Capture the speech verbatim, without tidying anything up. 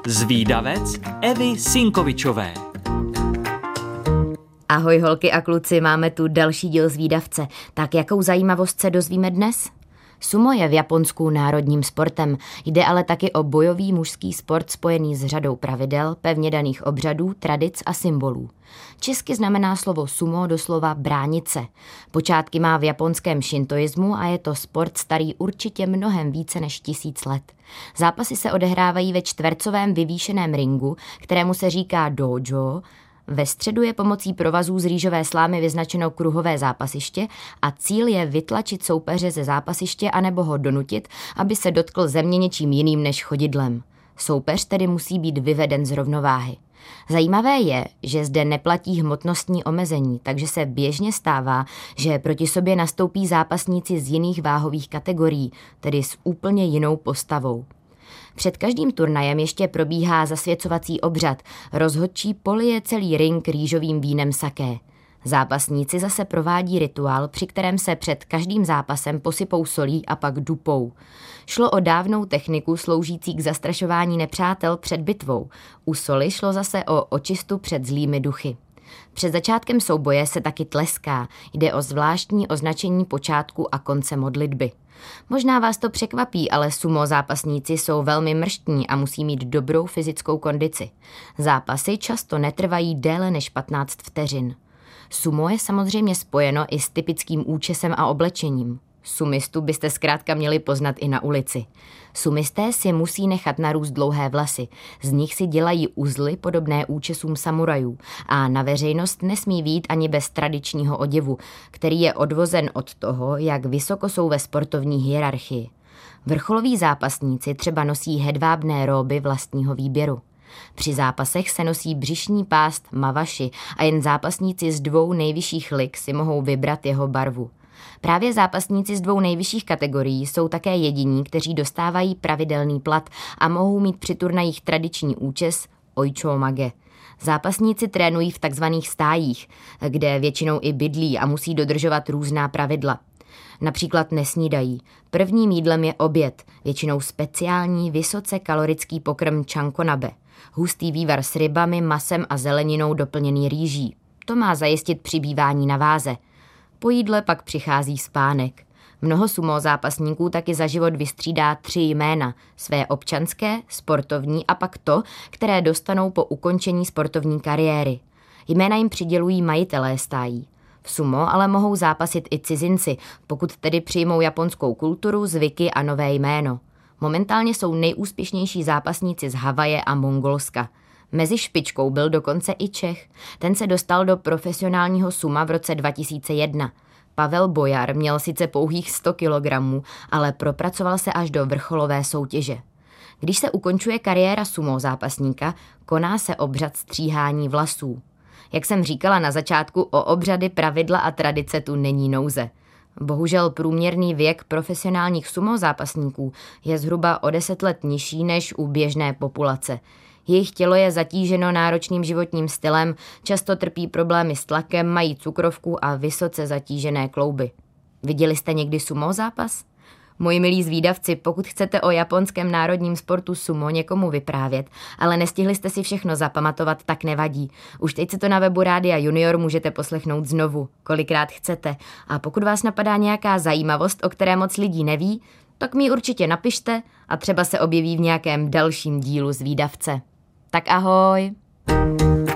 Zvídavec Evy Sinkovičové. Ahoj holky a kluci, máme tu další díl Zvídavce. Tak jakou zajímavost se dozvíme dnes? Sumo je v Japonsku národním sportem, jde ale taky o bojový mužský sport spojený s řadou pravidel, pevně daných obřadů, tradic a symbolů. Česky znamená slovo sumo doslova bránit se. Počátky má v japonském šintoismu a je to sport starý určitě mnohem více než tisíc let. Zápasy se odehrávají ve čtvercovém vyvýšeném ringu, kterému se říká dojo. Ve středu je pomocí provazů z rýžové slámy vyznačeno kruhové zápasiště a cíl je vytlačit soupeře ze zápasiště anebo ho donutit, aby se dotkl země něčím jiným než chodidlem. Soupeř tedy musí být vyveden z rovnováhy. Zajímavé je, že zde neplatí hmotnostní omezení, takže se běžně stává, že proti sobě nastoupí zápasníci z jiných váhových kategorií, tedy s úplně jinou postavou. Před každým turnajem ještě probíhá zasvěcovací obřad, rozhodčí polije celý ring rýžovým vínem saké. Zápasníci zase provádí rituál, při kterém se před každým zápasem posypou solí a pak dupou. Šlo o dávnou techniku sloužící k zastrašování nepřátel před bitvou. U soli šlo zase o očistu před zlými duchy. Před začátkem souboje se taky tleská, jde o zvláštní označení počátku a konce modlitby. Možná vás to překvapí, ale sumo zápasníci jsou velmi mrštní a musí mít dobrou fyzickou kondici. Zápasy často netrvají déle než patnáct vteřin. Sumo je samozřejmě spojeno i s typickým účesem a oblečením. Sumistu byste zkrátka měli poznat i na ulici. Sumisté si musí nechat narůst dlouhé vlasy, z nich si dělají uzly podobné účesům samurajů a na veřejnost nesmí vyjít ani bez tradičního oděvu, který je odvozen od toho, jak vysoko jsou ve sportovní hierarchii. Vrcholoví zápasníci třeba nosí hedvábné róby vlastního výběru. Při zápasech se nosí břišní pást mawashi a jen zápasníci z dvou nejvyšších lig si mohou vybrat jeho barvu. Právě zápasníci z dvou nejvyšších kategorií jsou také jediní, kteří dostávají pravidelný plat a mohou mít při turnajích tradiční účes oichomage. Zápasníci trénují v takzvaných stájích, kde většinou i bydlí a musí dodržovat různá pravidla. Například nesnídají. Prvním jídlem je oběd, většinou speciální, vysoce kalorický pokrm chankonabe. Hustý vývar s rybami, masem a zeleninou doplněný rýží. To má zajistit přibývání na váze. Po jídle pak přichází spánek. Mnoho sumo zápasníků taky za život vystřídá tři jména, své občanské, sportovní a pak to, které dostanou po ukončení sportovní kariéry. Jména jim přidělují majitelé stájí. V sumo ale mohou zápasit i cizinci, pokud tedy přijmou japonskou kulturu, zvyky a nové jméno. Momentálně jsou nejúspěšnější zápasníci z Havaje a Mongolska. Mezi špičkou byl dokonce i Čech. Ten se dostal do profesionálního suma v roce dva tisíce jedna. Pavel Bojar měl sice pouhých sto kilogramů, ale propracoval se až do vrcholové soutěže. Když se ukončuje kariéra sumo zápasníka, koná se obřad stříhání vlasů. Jak jsem říkala na začátku, o obřady, pravidla a tradice tu není nouze. Bohužel průměrný věk profesionálních sumo zápasníků je zhruba o deset let nižší než u běžné populace. Jejich tělo je zatíženo náročným životním stylem, často trpí problémy s tlakem, mají cukrovku a vysoce zatížené klouby. Viděli jste někdy sumo zápas? Moji milí zvídavci, pokud chcete o japonském národním sportu sumo někomu vyprávět, ale nestihli jste si všechno zapamatovat, tak nevadí. Už teď se to na webu Rádia Junior můžete poslechnout znovu, kolikrát chcete. A pokud vás napadá nějaká zajímavost, o které moc lidí neví, tak mi ji určitě napište a třeba se objeví v nějakém dalším dílu Zvídavce. Tak ahoj!